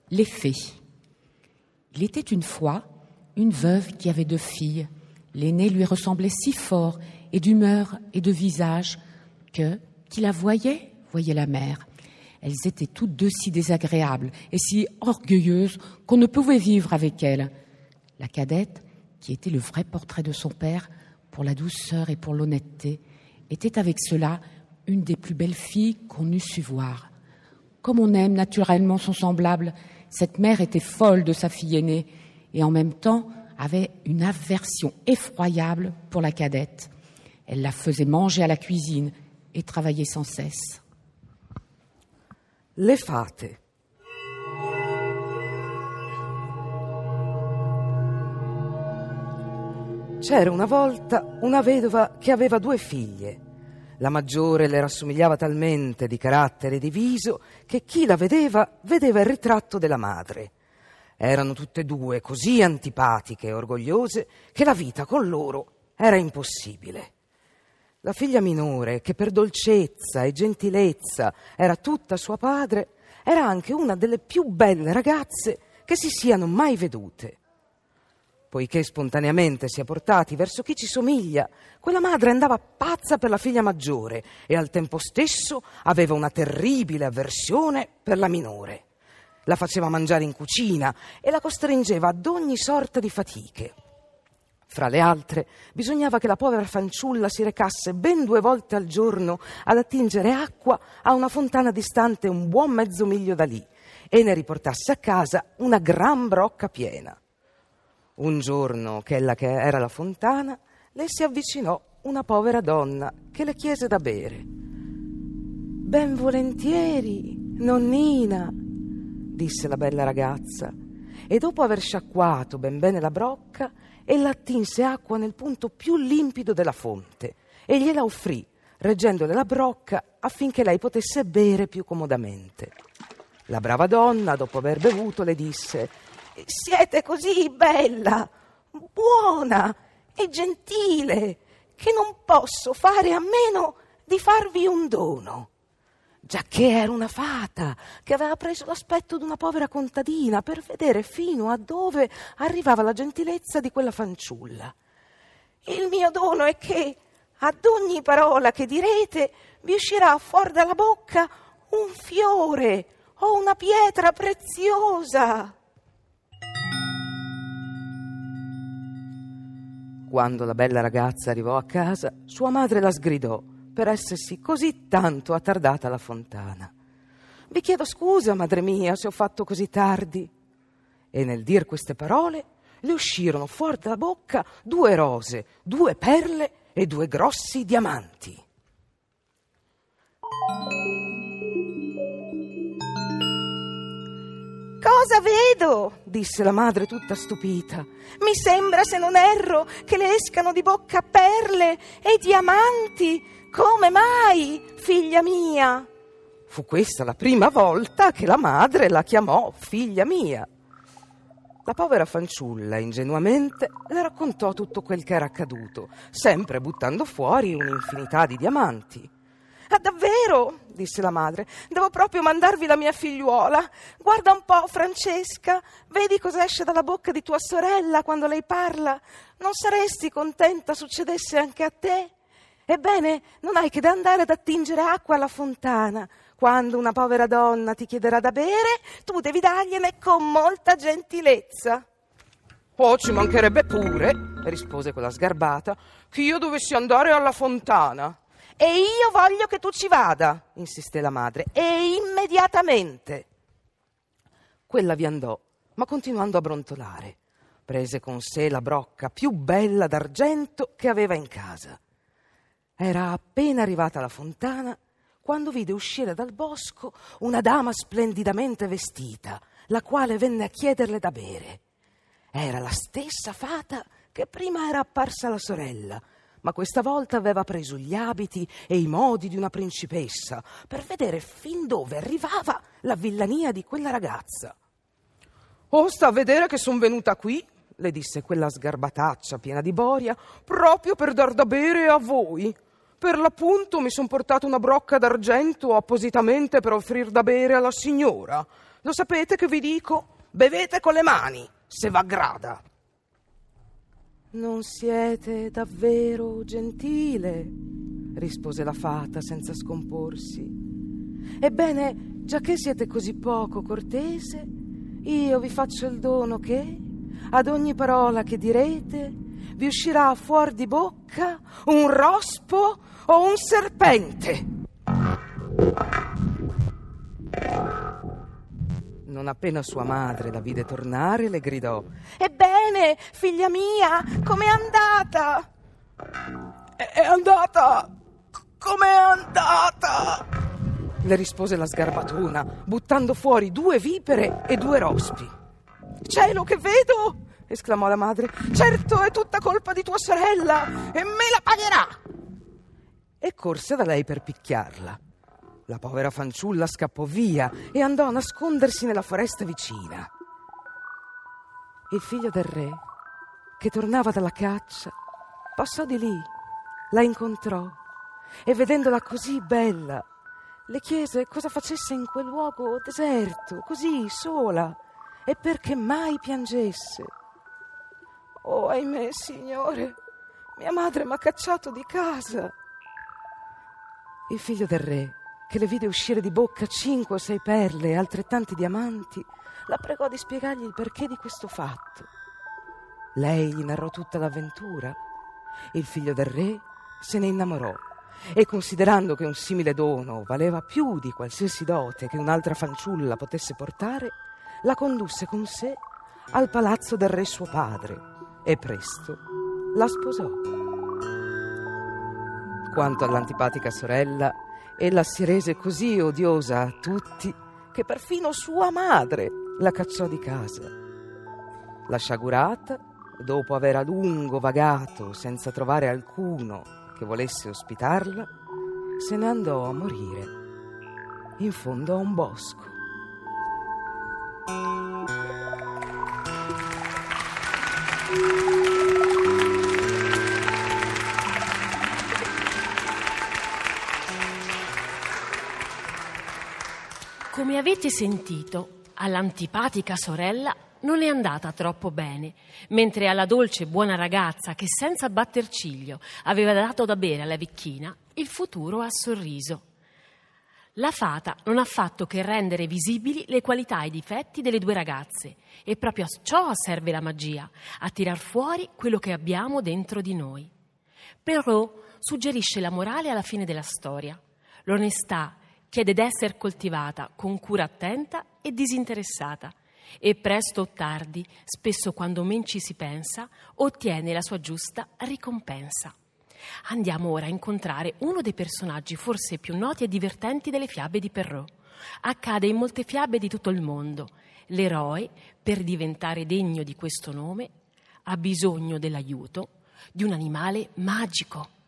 Les fées. Il était une fois une veuve qui avait 2 filles. L'aînée lui ressemblait si fort, et d'humeur et de visage, qui la voyait la mère. Elles étaient toutes 2 si désagréables et si orgueilleuses qu'on ne pouvait vivre avec elles. La cadette, qui était le vrai portrait de son père, pour la douceur et pour l'honnêteté, était avec cela une des plus belles filles qu'on eût su voir. Comme on aime naturellement son semblable, cette mère était folle de sa fille aînée et en même temps avait une aversion effroyable pour la cadette. Elle la faisait manger à la cuisine et travailler sans cesse. Le fate. C'era una volta una vedova che aveva 2 figlie. La maggiore le rassomigliava talmente di carattere e di viso che chi la vedeva il ritratto della madre. Erano tutte 2 così antipatiche e orgogliose che la vita con loro era impossibile. La figlia minore, che per dolcezza e gentilezza era tutta suo padre, era anche una delle più belle ragazze che si siano mai vedute. Poiché spontaneamente si è portati verso chi ci somiglia, quella madre andava pazza per la figlia maggiore e al tempo stesso aveva una terribile avversione per la minore. La faceva mangiare in cucina e la costringeva ad ogni sorta di fatiche. Fra le altre, bisognava che la povera fanciulla si recasse ben 2 volte al giorno ad attingere acqua a una fontana distante un buon mezzo miglio da lì e ne riportasse a casa una gran brocca piena. Un giorno che ella che era alla fontana, le si avvicinò una povera donna che le chiese da bere. «Ben volentieri, nonnina», disse la bella ragazza, e dopo aver sciacquato ben bene la brocca, ella attinse acqua nel punto più limpido della fonte e gliela offrì, reggendole la brocca affinché lei potesse bere più comodamente. La brava donna, dopo aver bevuto, le disse: «Siete così bella, buona e gentile che non posso fare a meno di farvi un dono». Giacché era una fata che aveva preso l'aspetto di una povera contadina per vedere fino a dove arrivava la gentilezza di quella fanciulla. «Il mio dono è che ad ogni parola che direte vi uscirà fuori dalla bocca un fiore o una pietra preziosa». Quando la bella ragazza arrivò a casa, sua madre la sgridò per essersi così tanto attardata alla fontana. «Vi chiedo scusa, madre mia, se ho fatto così tardi». E nel dir queste parole le uscirono fuori dalla bocca 2 rose, 2 perle e 2 grossi diamanti. «Cosa vedo?» disse la madre tutta stupita. «Mi sembra, se non erro, che le escano di bocca perle e diamanti. Come mai, figlia mia?» Fu questa la prima volta che la madre la chiamò figlia mia. La povera fanciulla ingenuamente le raccontò tutto quel che era accaduto, sempre buttando fuori un'infinità di diamanti. «Ah, davvero?» disse la madre. «Devo proprio mandarvi la mia figliuola. Guarda un po', Francesca, vedi cosa esce dalla bocca di tua sorella quando lei parla? Non saresti contenta succedesse anche a te? Ebbene, non hai che da andare ad attingere acqua alla fontana. Quando una povera donna ti chiederà da bere, tu devi dargliene con molta gentilezza». «Oh, ci mancherebbe pure», rispose quella sgarbata, «che io dovessi andare alla fontana». «E io voglio che tu ci vada», insisté la madre, «e immediatamente». Quella vi andò, ma continuando a brontolare. Prese con sé la brocca più bella d'argento che aveva in casa. Era appena arrivata alla fontana quando vide uscire dal bosco una dama splendidamente vestita, la quale venne a chiederle da bere. Era la stessa fata che prima era apparsa alla sorella, ma questa volta aveva preso gli abiti e i modi di una principessa per vedere fin dove arrivava la villania di quella ragazza. «Oh, sta a vedere che son venuta qui», le disse quella sgarbataccia piena di boria, «proprio per dar da bere a voi. Per l'appunto mi son portata una brocca d'argento appositamente per offrir da bere alla signora. Lo sapete che vi dico? Bevete con le mani, se v'aggrada. Non siete davvero gentile, rispose la fata senza scomporsi. Ebbene, giacché siete così poco cortese, io vi faccio il dono che, ad ogni parola che direte, vi uscirà fuori di bocca un rospo o un serpente. Non appena sua madre la vide tornare, le gridò: «Ebbene, figlia mia, com'è andata?» «È andata? Com'è andata?» le rispose la sgarbatuna, buttando fuori 2 vipere e 2 rospi. «Cielo, che vedo!» esclamò la madre. «Certo, è tutta colpa di tua sorella e me la pagherà!» E corse da lei per picchiarla. La povera fanciulla scappò via e andò a nascondersi nella foresta vicina. Il figlio del re, che tornava dalla caccia, passò di lì, la incontrò e vedendola così bella, le chiese cosa facesse in quel luogo deserto, così sola, e perché mai piangesse. «Oh, ahimè, signore, mia madre m'ha cacciato di casa». Il figlio del re, che le vide uscire di bocca 5 o 6 perle e altrettanti diamanti, la pregò di spiegargli il perché di questo fatto. Lei gli narrò tutta l'avventura. Il figlio del re se ne innamorò e, considerando che un simile dono valeva più di qualsiasi dote che un'altra fanciulla potesse portare, la condusse con sé al palazzo del re suo padre e presto la sposò. Quanto all'antipatica sorella, ella si rese così odiosa a tutti che perfino sua madre la cacciò di casa. La sciagurata, dopo aver a lungo vagato senza trovare alcuno che volesse ospitarla, se ne andò a morire in fondo a un bosco. Come avete sentito, all'antipatica sorella non è andata troppo bene, mentre alla dolce e buona ragazza che senza batter ciglio aveva dato da bere alla vecchina, il futuro ha sorriso. La fata non ha fatto che rendere visibili le qualità e i difetti delle 2 ragazze, e proprio a ciò serve la magia, a tirar fuori quello che abbiamo dentro di noi. Perrault suggerisce la morale alla fine della storia. L'onestà chiede d'essere coltivata con cura attenta e disinteressata, e presto o tardi, spesso quando men ci si pensa, ottiene la sua giusta ricompensa. Andiamo ora a incontrare uno dei personaggi forse più noti e divertenti delle fiabe di Perrault. Accade in molte fiabe di tutto il mondo. L'eroe, per diventare degno di questo nome, ha bisogno dell'aiuto di un animale magico.